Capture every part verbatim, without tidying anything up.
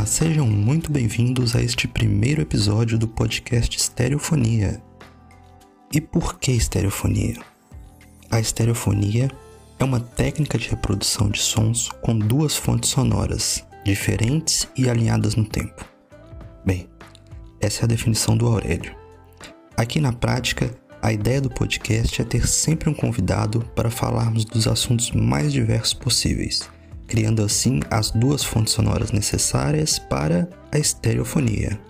sejam muito bem-vindos a este primeiro episódio do podcast Estereofonia. E por que estereofonia? A estereofonia é uma técnica de reprodução de sons com duas fontes sonoras, diferentes e alinhadas no tempo. Bem, essa é a definição do Aurélio. Aqui na prática, a ideia do podcast é ter sempre um convidado para falarmos dos assuntos mais diversos possíveis, criando assim as duas fontes sonoras necessárias para a estereofonia.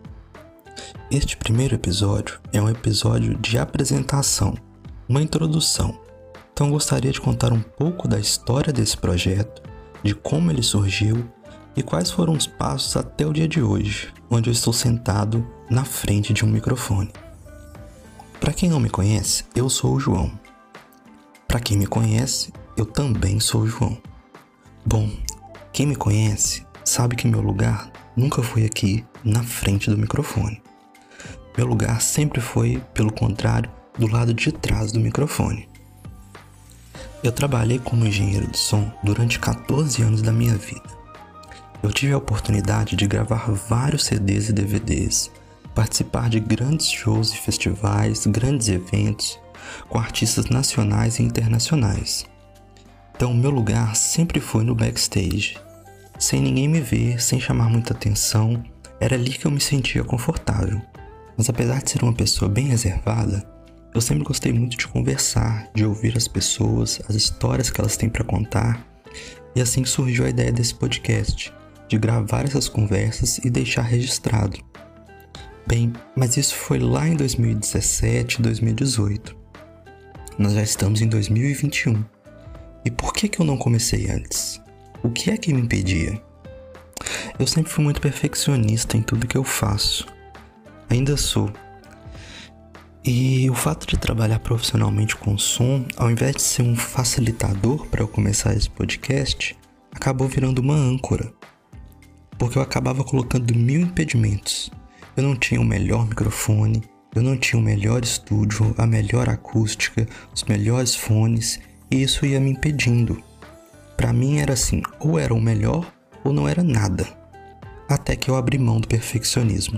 Este primeiro episódio é um episódio de apresentação, uma introdução. Então gostaria de contar um pouco da história desse projeto, de como ele surgiu e quais foram os passos até o dia de hoje, onde eu estou sentado na frente de um microfone. Para quem não me conhece, eu sou o João. Para quem me conhece, eu também sou o João. Bom, quem me conhece sabe que meu lugar nunca foi aqui na frente do microfone. Meu lugar sempre foi, pelo contrário, do lado de trás do microfone. Eu trabalhei como engenheiro de som durante catorze anos da minha vida. Eu tive a oportunidade de gravar vários C Ds e D V Ds, participar de grandes shows e festivais, grandes eventos, com artistas nacionais e internacionais. Então, meu lugar sempre foi no backstage. Sem ninguém me ver, sem chamar muita atenção, era ali que eu me sentia confortável. Mas apesar de ser uma pessoa bem reservada, eu sempre gostei muito de conversar, de ouvir as pessoas, as histórias que elas têm para contar. E assim surgiu a ideia desse podcast, de gravar essas conversas e deixar registrado. Bem, mas isso foi lá em dois mil e dezessete, dois mil e dezoito. Nós já estamos em dois mil e vinte e um. E por que que eu não comecei antes? O que é que me impedia? Eu sempre fui muito perfeccionista em tudo que eu faço. Ainda sou. E o fato de trabalhar profissionalmente com som, ao invés de ser um facilitador para eu começar esse podcast, acabou virando uma âncora. Porque eu acabava colocando mil impedimentos. Eu não tinha o melhor microfone, eu não tinha o melhor estúdio, a melhor acústica, os melhores fones, e isso ia me impedindo. Para mim era assim, ou era o melhor ou não era nada. Até que eu abri mão do perfeccionismo.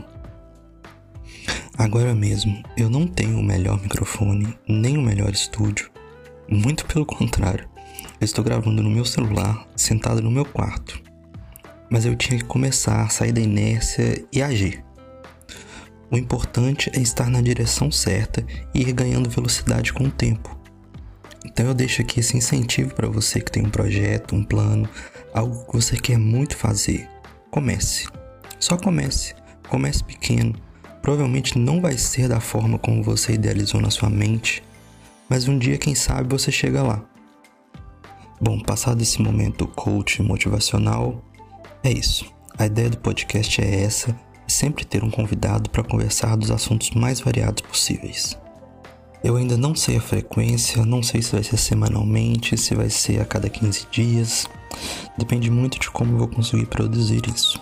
Agora mesmo, eu não tenho o melhor microfone, nem o melhor estúdio. Muito pelo contrário, eu estou gravando no meu celular, sentado no meu quarto. Mas eu tinha que começar a sair da inércia e agir. O importante é estar na direção certa e ir ganhando velocidade com o tempo. Então eu deixo aqui esse incentivo para você que tem um projeto, um plano, algo que você quer muito fazer. Comece. Só comece. Comece pequeno. Provavelmente não vai ser da forma como você idealizou na sua mente, mas um dia, quem sabe, você chega lá. Bom, passado esse momento coach motivacional, é isso. A ideia do podcast é essa, é sempre ter um convidado para conversar dos assuntos mais variados possíveis. Eu ainda não sei a frequência, não sei se vai ser semanalmente, se vai ser a cada quinze dias. Depende muito de como eu vou conseguir produzir isso.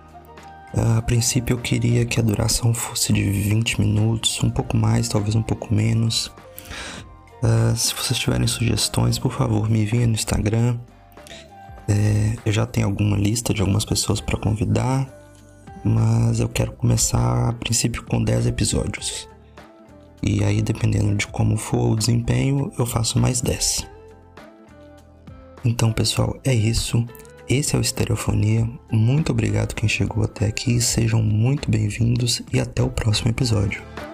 A princípio eu queria que a duração fosse de vinte minutos, um pouco mais, talvez um pouco menos. Uh, se vocês tiverem sugestões, por favor, me enviem no Instagram. É, eu já tenho alguma lista de algumas pessoas para convidar, mas eu quero começar a princípio com dez episódios. E aí, dependendo de como for o desempenho, eu faço mais dez. Então, pessoal, é isso. Esse é o Estereofonia. Muito obrigado quem chegou até aqui. Sejam muito bem-vindos e até o próximo episódio.